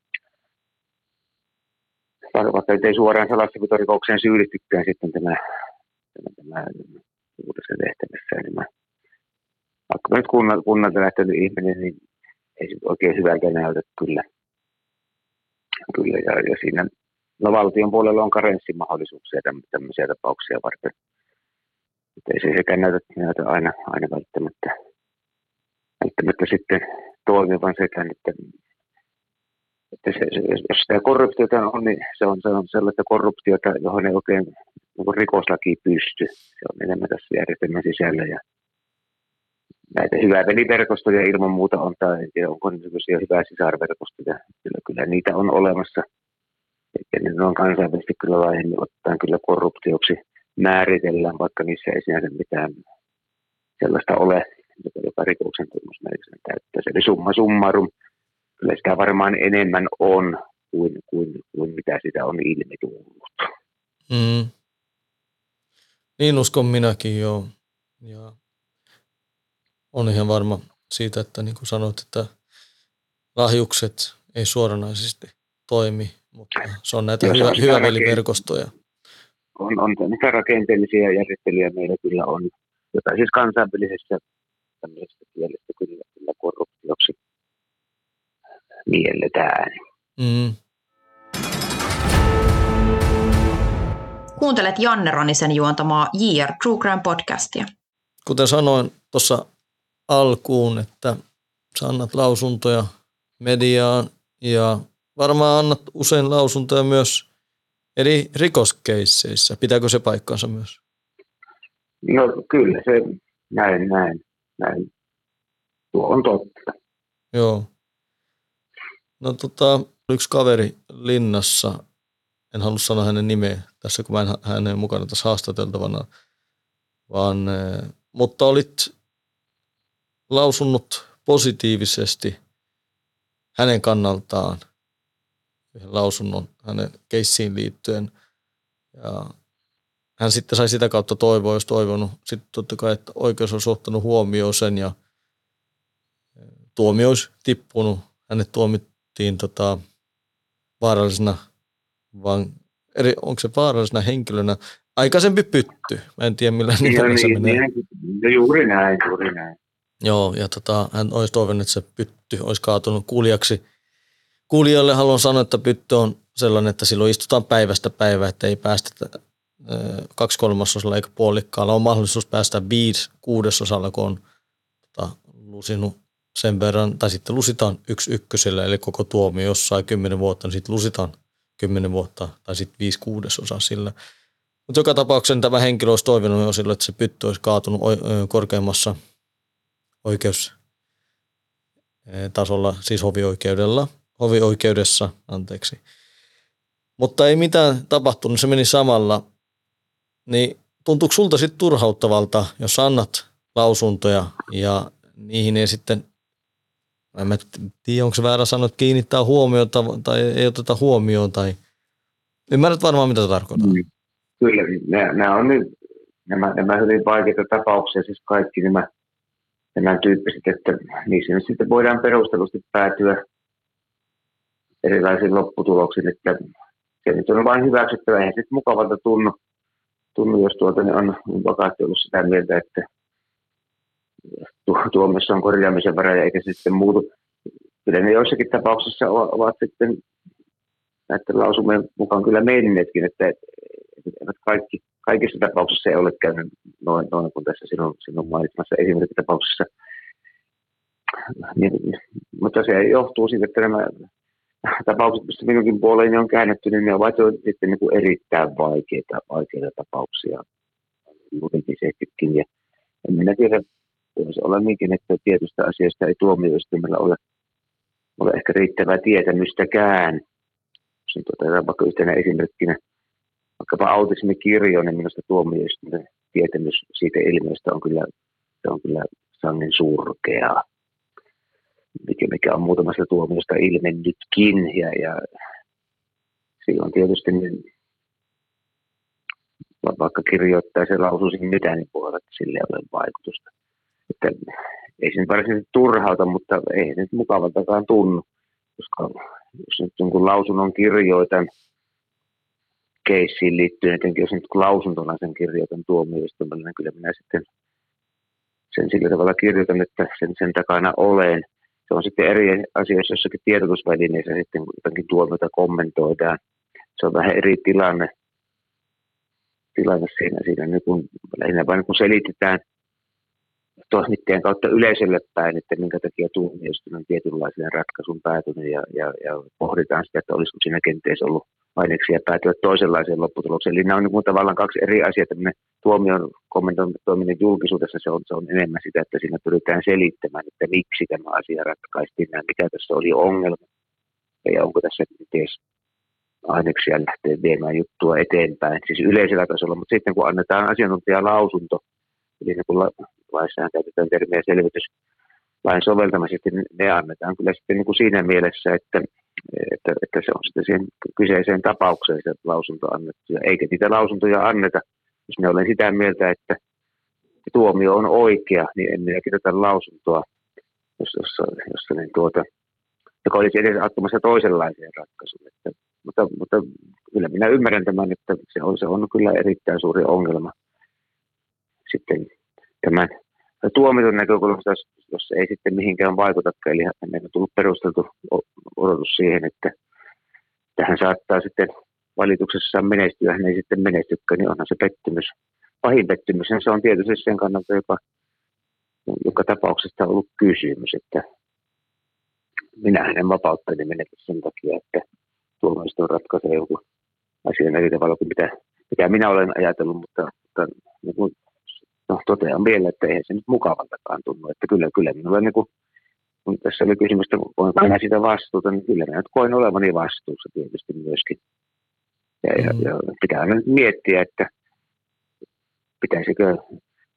Vaikka ei suoraan salassapito-rikokseen syyllistykään sitten tämä, tämä, tämä uudessa tehtävässä. Niin mä, vaikka nyt kunnalta, kunnalta lähtenyt ihminen, niin ei se oikein hyvältä näytä kyllä. kyllä ja, ja siinä no, valtion puolella on karenssimahdollisuuksia tämmöisiä tapauksia varten. Että ei se sekään näytä, näytä aina, aina välttämättä, välttämättä sitten toimivan sekään, että, että se, se, jos sitä korruptiota on, niin se on, se on sellaista korruptiota, johon ei oikein niin rikoslaki pysty. Se on enemmän tässä järjestelmän sisällä ja näitä hyvää veliverkostoja ilman muuta on, tai en tiedä, onko nykyisiä hyvää sisarverkostoja, kyllä, kyllä niitä on olemassa. Ja ne on kansainvälisesti kyllä laajemmin ottaen kyllä korruptioksi määritellään, vaikka niissä ei sinänsä mitään sellaista ole, joka rikoksen tunnusmerkisen täyttäisi. Eli summa summarum, kyllä sitä varmaan enemmän on kuin, kuin, kuin mitä sitä on ilmi tullut. Mm. Niin uskon minäkin, joo. Ja on ihan varma siitä, että niin kuin sanoit, että lahjukset ei suoranaisesti toimi, mutta se on näitä hyvä, hyväveliverkostoja. On, on tämmöisiä rakenteellisia järjestelyjä meillä kyllä on, jota siis kansainvälisessä tämmöisessä kielessä kyllä, kyllä korruptioksi mielletään. Mm. Kuuntelet Janne Ronisen juontamaa J R True Crime podcastia. Kuten sanoin tuossa alkuun, että sä annat lausuntoja mediaan ja varmaan annat usein lausuntoja myös eri rikoskeisseissä. Pitääkö se paikkansa myös? No kyllä se näin, näin, näin. Tuo on totta. Joo. No tota, yksi kaveri Linnassa, en halua sanoa hänen nimeä tässä, kun mä en hänen mukana tässä haastateltavana, vaan, mutta olit lausunnut positiivisesti hänen kannaltaan yhden lausunnon hänen keissiin liittyen. Ja hän sitten sai sitä kautta toivoa, jos toivonut. Sitten totta kai, että oikeus olisi ottanut huomioon sen ja tuomio olisi tippunut. Hänet tuomittiin tota, vaarallisena, vaan eri, onko se vaarallisena henkilönä? Aikaisempi pytty. Mä en tiedä, millä nimellä niin, se menee. Niin, juuri näin, juuri näin. Joo, ja tota, hän olisi toivonut, että se pytty olisi kaatunut kuulijaksi. Kuulijoille haluan sanoa, että pytty on sellainen, että silloin istutaan päivästä päivää, että ei päästä kaksi kolmasosalla eikä puolikkaalla. On mahdollisuus päästä viisi kuudesosalla, kun on tota, lusinut sen verran, tai sitten lusitaan yksi ykkösellä, eli koko tuomio jossain kymmenen vuotta, niin sitten lusitaan kymmenen vuotta, tai sitten viisi kuudesosaa sillä. Mutta joka tapauksessa tämä henkilö olisi toivonut jo silloin, että se pyttö olisi kaatunut korkeimmassa oikeustasolla, siis hovioikeudella, hovioikeudessa, anteeksi. Mutta ei mitään tapahtunut, se meni samalla. Niin tuntuuko sulta sitten turhauttavalta, jos annat lausuntoja ja niihin ei sitten, en mä tiedä, onko se väärä sanoa, että kiinnittää huomiota tai ei oteta huomioon tai ymmärrät varmaan, mitä tarkoittaa. Mm. Kyllä, nämä, nämä on nyt nämä, nämä hyvin vaikeita tapauksia, siis kaikki nämä, nämä tyyppiset, että niissä nyt sitten voidaan perustellusti päätyä erilaisiin lopputuloksiin, että se nyt on vain hyväksyttävä, eihän sitten mukavalta tunnu, tunnu jos tuolta ne on vakaasti ollut sitä mieltä, että tuomiossa on korjaamisen varaa eikä se sitten muutu. Kyllä ne joissakin tapauksissa ovat sitten näiden lausumien mukaan kyllä menneetkin, että kaikki, kaikissa tapauksissa ei ole käynyt noin, noin kuin tässä sinun, sinun mainitsemassa esimerkkitapauksessa. Niin, mutta se johtuu siitä, että nämä tapaukset, mistä minunkin puoleeni on käännetty, niin ne ovat jo sitten niin kuin erittäin vaikeita, vaikeita tapauksia juridisestikin. Ja en minä tiedä, voisi olla niinkin, että tietystä asiasta ei tuomioistuimella ole, ole ehkä riittävää tietämystäkään. Jos nyt otetaan vaikka yhtenä esimerkkinä, vaikkapa autismikirjo, niin minusta tuomioistuimen tietämys siitä ilmiöstä on kyllä, se on kyllä sangen surkeaa, mikä, mikä on muutamasta tuomiosta ilmennytkin. Ja, ja silloin tietysti niin, vaikka kirjoittaa se lausuisi mitään, niin puhutaan, että sillä ei ole vaikutusta. Että ei se nyt varsinaisesti turhauta, mutta ei se nyt mukavaltakaan tunnu, koska jos nyt jonkun lausunnon kirjoitan keissiin liittyen, etenkin jos nyt lausuntona sen kirjoitan tuomioistuimelle, niin kyllä minä sitten sen sillä tavalla kirjoitan, että sen, sen takana olen. Se on sitten eri asioissa jossakin tiedotusvälineissä sitten, kun jotakin tuomiota kommentoidaan. Se on vähän eri tilanne, tilanne siinä, siinä niin kun, lähinnä vain kun selitetään toimittajan kautta yleisölle päin, että minkä takia tuomioistuin on tietynlaiseen ratkaisun päätynyt ja, ja, ja pohditaan sitä, että olisiko siinä kenties ollut aineksia päätyä toisenlaiseen lopputulokseen. Eli nämä on niin tavallaan kaksi eri asiaa. Tämmöinen tuomion kommentoiminen julkisuudessa se on, se on enemmän sitä, että siinä pyritään selittämään, että miksi tämä asia ratkaistiin ja mikä tässä oli ongelma ja onko tässä kenties aineksia lähteä viemään juttua eteenpäin, siis yleisellä tasolla, mutta sitten kun annetaan asiantuntijalausunto, eli kun laissahan käytetään termiä selvitys lain soveltamisesta, niin ne annetaan kyllä sitten niin kuin siinä mielessä, että, että, että se on sitten siihen kyseiseen tapaukseen se lausunto annettu, ja eikä niitä lausuntoja anneta, jos minä olen sitä mieltä, että tuomio on oikea, niin en minä kirjoita lausuntoa, jossa, jossa niin tuota, joka olisi edes auttamassa toisenlaiseen ratkaisuun. Että, mutta, mutta kyllä minä ymmärrän tämän, että se on, se on kyllä erittäin suuri ongelma sitten tämän tuomitun näkökulmasta, jos ei sitten mihinkään vaikutakaan. Eli meillä on tullut perusteltu odotus siihen, että tähän saattaa sitten valituksessa menestyä, hän ei sitten menestykään, niin onhan se pettymys. Pahin pettymys, se on tietysti sen kannalta, joka, joka tapauksesta on ollut kysymys, että minä hänen vapauttani menetä sen takia, että tuomioistuin ratkaisee joku asian eri tavalla kuin mitä, mitä minä olen ajatellut, mutta, mutta niin kuin, no, totean vielä, että eihän se nyt mukavaltakaan tunnu, että kyllä, kyllä minulla niin kuin, kun tässä oli kysymys, että voinko minä sitä vastuuta, niin kyllä minä nyt koen olevani vastuussa tietysti myöskin. Ja, mm. ja, ja pitää nyt miettiä, että pitäisikö,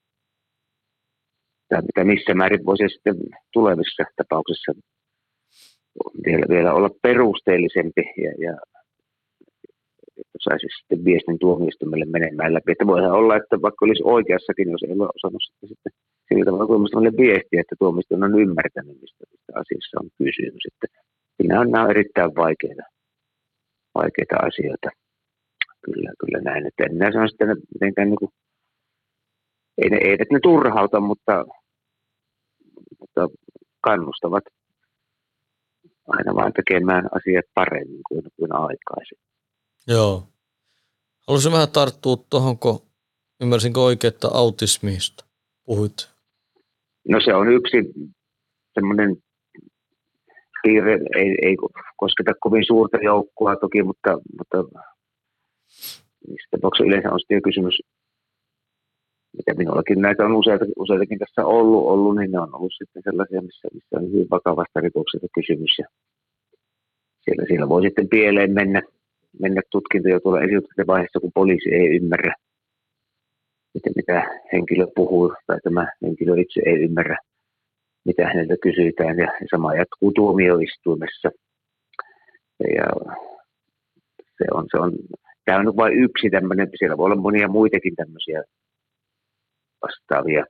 tai mitä missä määrin voisi sitten tulevissa tapauksissa vielä, vielä olla perusteellisempi ja, ja että saisi sitten viestin tuomioistuimelle menemään läpi. Että voihan olla, että vaikka olisi oikeassakin, jos ei ole osannut sitten sillä tavalla tuomioistuimelle viestiä, että tuomioistuin on ymmärtänyt, mistä asiassa on kysymys. Että nämä on, nämä on erittäin vaikeita, vaikeita asioita. Kyllä, kyllä näin. Että en minä sano sitten mitenkään niin kuin, ei ne, eivät ne turhauta, mutta, mutta kannustavat aina vaan tekemään asiat paremmin kuin, kuin aikaisin. Joo. Haluaisin vähän tarttua tuohon, kun ymmärsinkö oikein, että autismista puhuit? No se on yksi semmoinen piirre, ei, ei kosketa kovin suurta joukkoa toki, mutta, mutta niissä tapauksessa yleensä on sitten kysymys, mitä minullakin näitä on useita, useitakin tässä ollut, ollut, niin ne on ollut sitten sellaisia, missä, missä on hyvin vakavasta rikoksesta kysymys. Ja siellä, siellä voi sitten pieleen mennä, mennä tutkinta jo tuolla esitutkinta-vaiheessa, kun poliisi ei ymmärrä, mitä, mitä henkilö puhuu, tai tämä henkilö itse ei ymmärrä, mitä häneltä kysytään, ja sama jatkuu tuomioistuimessa. Ja se on, se on, tämä on vain yksi tämmöinen, siellä voi olla monia muitakin tämmöisiä vastaavia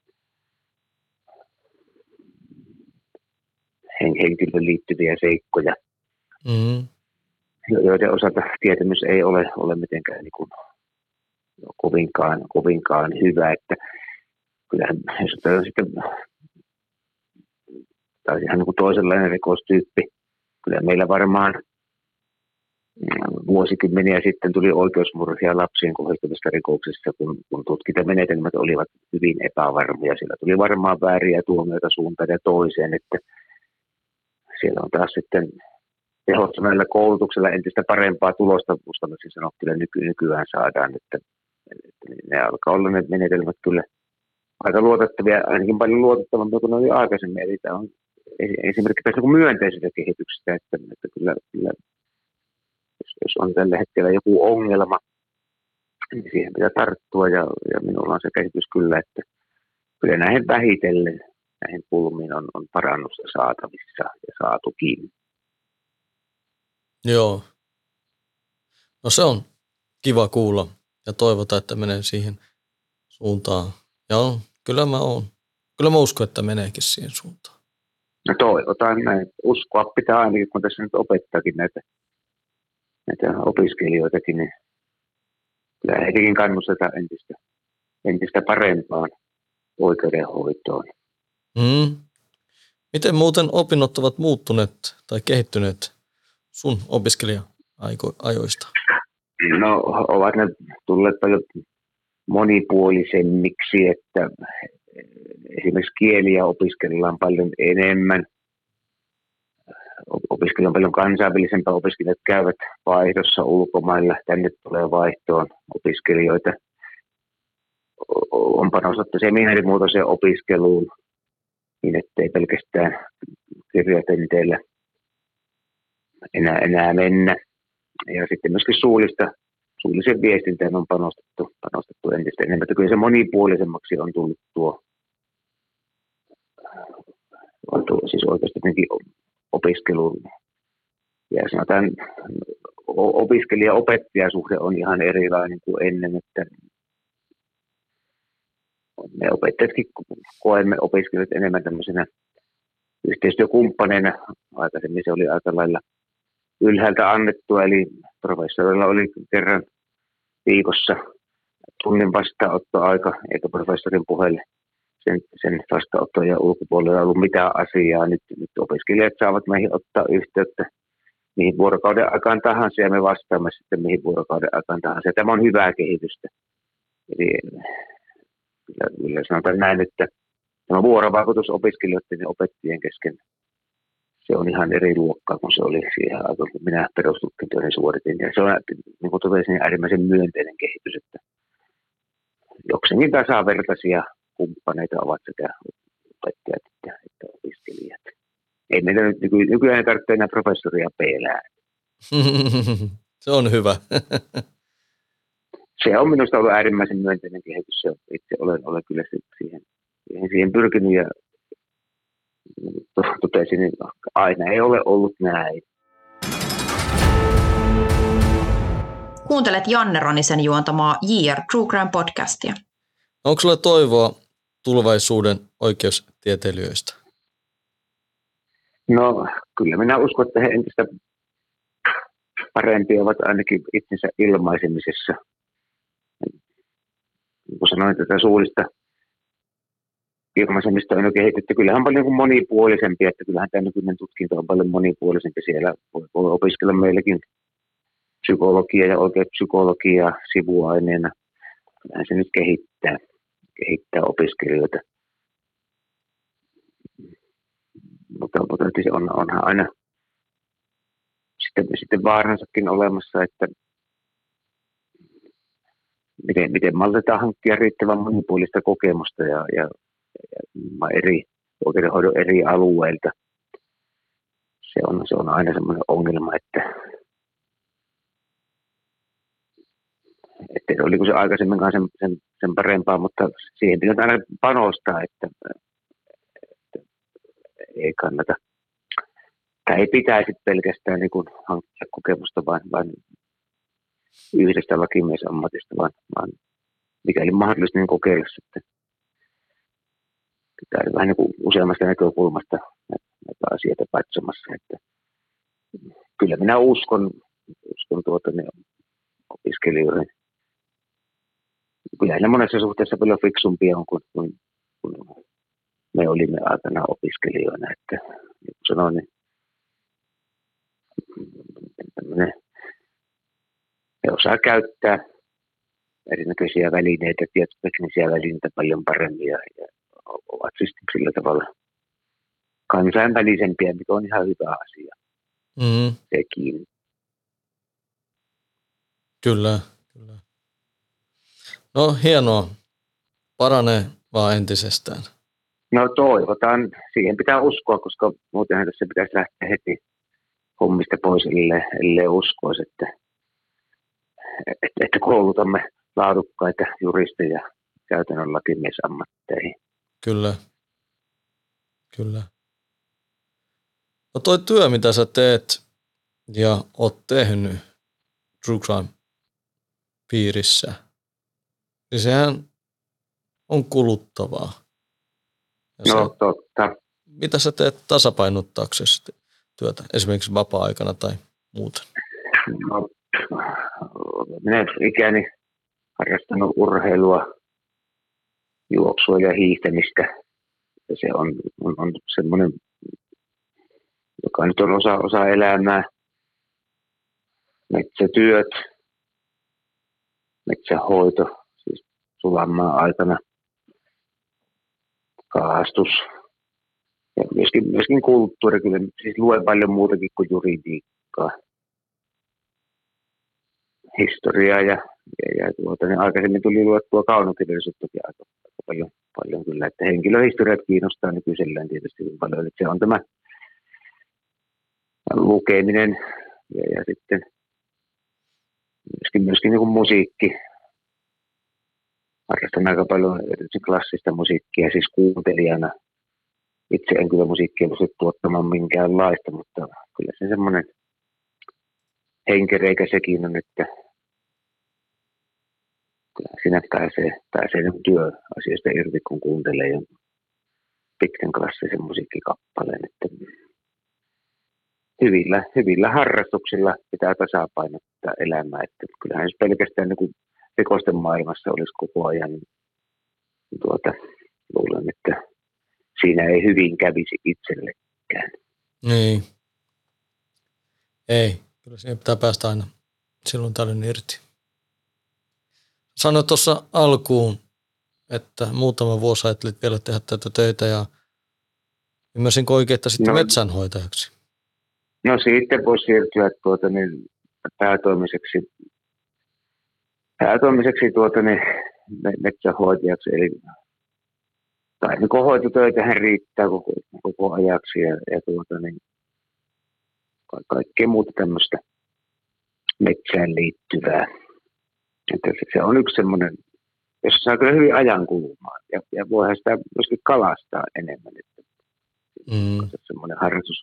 henkilöön liittyviä seikkoja, mm. joiden osalta tietämys ei ole, ole mitenkään niin kuin kovinkaan, kovinkaan hyvä, että kyllähän jos on sitten tai ihan niin kuin toisenlainen rikostyyppi, kyllä meillä varmaan vuosikymmeniä sitten tuli oikeusmurhia lapsiin kohdistuvista rikoksista, kun, kun tutkintamenetelmät olivat hyvin epävarmoja. Siellä tuli varmaan vääriä tuomioita suuntaan ja toiseen, että siellä on taas sitten tehottomalla koulutuksella entistä parempaa tulosta, uskaltaisin sanoa, kyllä nyky, nykyään saadaan, että, että ne alkaa olla ne menetelmät kyllä aika luotettavia, ainakin paljon luotettavampia kuin ne oli aikaisemmin, eli tämä on esimerkiksi tässä myönteisestä kehityksestä, että, että kyllä, kyllä jos on tällä hetkellä joku ongelma, niin siihen pitää tarttua, ja, ja minulla on se käsitys kyllä, että kyllä näihin vähitellen, näihin pulmiin on, on parannusta saatavissa ja saatukin. Joo. No se on kiva kuulla ja toivotaan, että menee siihen suuntaan. Ja on, kyllä mä oon. Kyllä mä uskon, että meneekin siihen suuntaan. No toivotaan näin. Uskoa pitää ainakin, kun tässä nyt opettaakin näitä näitä opiskelijoitakin, niin kyllä heitäkin kannustetaan entistä, entistä parempaan oikeudenhoitoon. Mm. Miten muuten opinnot ovat muuttuneet tai kehittyneet sun opiskelija-ajoista? No ovat ne tulleet paljon monipuolisemmiksi, että esimerkiksi kieliä opiskellaan paljon enemmän. Opiskelu on paljon kansainvälisempää, opiskelijat käyvät vaihdossa ulkomailla, tänne tulee vaihtoon opiskelijoita. On panostettu seminaarimuotoiseen opiskeluun, niin ettei pelkästään kirjatenteellä enää, enää mennä. Ja sitten myöskin suullista, suullisen viestintään on panostettu, panostettu entistä enemmän. Kyllä se monipuolisemmaksi on tullut tuo, on tuo siis oikeasti opiskeluun. Ja sanotaan, opiskelija-opettajasuhde on ihan erilainen kuin ennen, että me opettajatkin koemme opiskelijat enemmän tämmöisenä yhteistyökumppaneina. Aikaisemmin se oli aika lailla ylhäältä annettua, eli professorilla oli kerran viikossa tunnin vastaanottoaika, eikä professorin puheelle sen, sen vastaanottojen ulkopuolella ollut mitään asiaa. Nyt, nyt opiskelijat saavat meihin ottaa yhteyttä mihin vuorokauden aikaan tahansa, ja me vastaamme sitten mihin vuorokauden aikaan tahansa. Ja tämä on hyvää kehitystä. Eli kyllä, kyllä sanotaan näin, että tämä vuorovaikutus opiskelijoiden ja opettajien kesken, se on ihan eri luokkaa kuin se oli siihen aikaan, kun minä perustutkintoja suoritin. Ja se on, niin kuin totesin, äärimmäisen myönteinen kehitys, että jokseenkin tasavertaisia kumppaneita ovat sekä opettajat että, että opiskelijat. Ei meitä nyt nyky, nykyään tarvitse enää professoria peilää. Se on hyvä. Se on minusta ollut äärimmäisen myönteinen kehitys. Se itse olen, olen kyllä siihen, siihen, siihen pyrkinyt ja totesin, että aina ei ole ollut näin. Kuuntelet Janne Ronisen juontamaa J R True Crime podcastia. Onko sinulla toivoa tulevaisuuden oikeustieteilijöistä? No kyllä minä uskon, että he entistä parempia ovat ainakin itsensä ilmaisemisessa. Kun sanoin tätä suullista ilmaisemista on jo kehitetty, kyllähän on paljon monipuolisempi, että kyllähän tämä nykyinen tutkinto on paljon monipuolisempi. Siellä voi opiskella meilläkin psykologia ja oikeuspsykologia sivuaineena. Kyllähän se nyt kehittää, kehittää opiskelijoita. tietysti se on, onhan aina sitten, sitten vaaransakin olemassa, että miten, miten maltetaan hankkia riittävän monipuolista kokemusta ja, ja, ja eri oikeudenhoidon eri alueilta. Se on, se on aina semmoinen ongelma, että, että oliko se aikaisemminkaan sen, sen, sen parempaa, mutta siihen pitää aina panostaa, että, että ei kannata. Tai ei pitäisi pelkästään niin kuin hankkia kokemusta vain, vain yhdestä lakimiesammatista, vaan, vaan mikäli mahdollista niin kokeilla sitten. Pitää vähän niin kuin useammasta näkökulmasta näitä asioita katsomassa. Että kyllä minä uskon, uskon tuota, ne opiskelijoihin. Kyllä ne monessa suhteessa paljon fiksumpia on kuin, kuin, kuin me olimme aikana opiskelijoina. Että, niin kuin sanoin, niin tämmöinen, he osaa käyttää erinäköisiä välineitä, tietoteknisiä välineitä paljon paremmin ja, ja ovat siis sillä tavalla kansainvälisempiä, mikä on ihan hyvä asia. Mm. Sekin. Kyllä, kyllä. No hienoa. Paranee vaan entisestään. No toivotaan. Siihen pitää uskoa, koska muutenhan tässä pitäisi lähteä heti hommista pois, ellei, ellei uskoisi, että, että, että koulutamme laadukkaita juristeja käytännön lakimiesammatteihin. Kyllä. Kyllä. No toi työ, mitä sä teet ja oot tehnyt True Crime piirissä, niin sehän on kuluttavaa. Ja No sä, totta. mitä sä teet tasapainottaaksesi työtä, esimerkiksi vapaa-aikana tai muuten? No, minä ikäni harrastanut urheilua, juoksua ja hiihtämistä. Ja se on, on, on semmoinen, joka nyt on osa, osa elämää. Metsätyöt, metsähoito, siis sulamaa aikana, kalastus ja myöskin, myöskin kulttuuri. Kyllä siis luen paljon muutakin kuin juridiikkaa. Historiaa ja, ja, ja tuota, niin aikaisemmin tuli luettua kaunokirjallisuuttakin aika, aika paljon, paljon kyllä. Että henkilöhistoriat kiinnostaa nykyisellään tietysti paljon. Että se on tämä lukeminen ja, ja sitten myöskin, myöskin niin kuin musiikki. Harrastan aika paljon erityisesti klassista musiikkia, siis kuuntelijana. Itse en kyllä musiikkia pysty tuottamaan minkäänlaista, mutta kyllä se semmoinen henkireikä sekin on, että kyllä siinä pääsee, pääsee työasioista irti, kun kuuntelee jo pitkän klassisen musiikkikappaleen. Että hyvillä, hyvillä harrastuksilla pitää tasapainottaa elämää. Että kyllähän jos pelkästään niin kuin rikosten maailmassa olisi koko ajan, niin tuota, luulen, että siinä ei hyvin kävisi itsellekään. Niin. Ei. Kyllä siihen pitää päästä aina silloin tällöin irti. Sanoit tuossa alkuun, että muutama vuosi ajattelit vielä tehdä tätä töitä ja ymmärsinkö oikein, että sitten no, metsänhoitajaksi? No sitten voisi siirtyä tuota, niin, päätoimiseksi, päätoimiseksi tuota, niin, metsänhoitajaksi. Eli taimikohoitotöitähän riittää koko, koko ajaksi ja, ja tuota, niin, ka- kaikkea muuta tämmöistä metsään liittyvää. Että se on yksi semmoinen, jossa saa kyllä hyvin ajan kulumaan ja, ja voihan sitä myöskin kalastaa enemmän. Että Mm. se on semmoinen harrastus,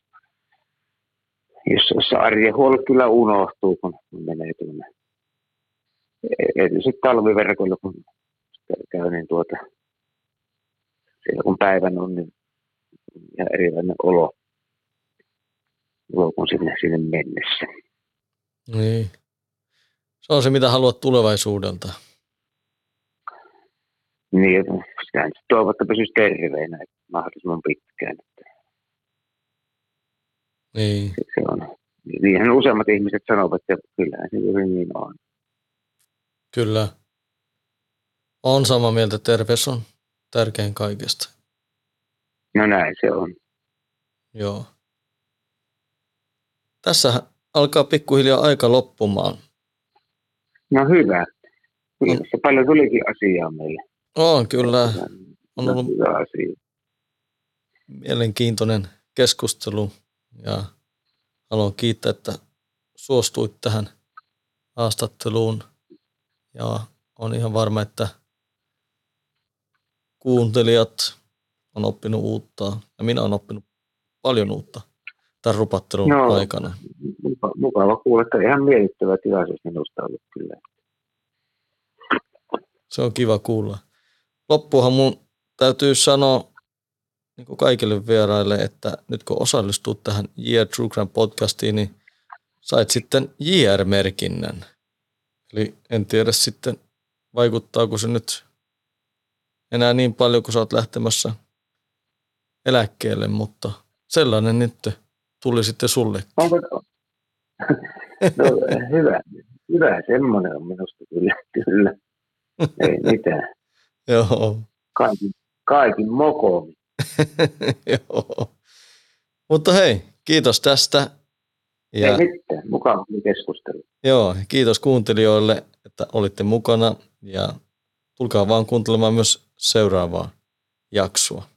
jossa arjen huolet kyllä unohtuu, kun menee tuonne. Erityisesti talviverkoilla, kun käy, niin tuota, siellä kun päivän on, niin ihan erilainen olo, olo kuin sinne, sinne mennessä. Niin. Se on se, mitä haluat tulevaisuudelta. Niin, sitä nyt toivon, että pysyisi terveenä että mahdollisimman pitkään. Että Niin. se, se on. Niinhän useammat ihmiset sanovat, että kyllähän se juuri niin on. Kyllä. On samaa mieltä, terveys on tärkein kaikesta. No näin se on. Joo. tässä alkaa pikkuhiljaa aika loppumaan. No hyvä. Kyllä se paljon tulikin asiaa meille. On kyllä. On No, ollut hyvä asia. mielenkiintoinen keskustelu ja haluan kiittää, että suostuit tähän haastatteluun. Ja on ihan varma, että kuuntelijat on oppinut uutta ja minä olen oppinut paljon uutta tämän rupattelun No, aikana. Mukava kuulla, että ihan miellyttävä tilaisuus minusta ollut kyllä. Se on kiva kuulla. Loppuhan mun täytyy sanoa niin kuin kaikille vieraille, että nyt kun osallistut tähän Year True Crime podcastiin, niin sait sitten J R-merkinnän. Eli en tiedä sitten, vaikuttaako se nyt enää niin paljon, kun sä oot lähtemässä eläkkeelle, mutta sellainen nyt tuli sitten sulle. Onko? No, hyvä. Hyvä semmoinen on minusta kyllä. kyllä. Ei mitään. Joo. Kaikin, kaikin mokomi. Joo. Mutta hei, kiitos tästä. Ja, ei mitään. Mukava keskustelu. joo, kiitos kuuntelijoille, että olitte mukana ja tulkaa vaan kuuntelemaan myös seuraavaa jaksoa.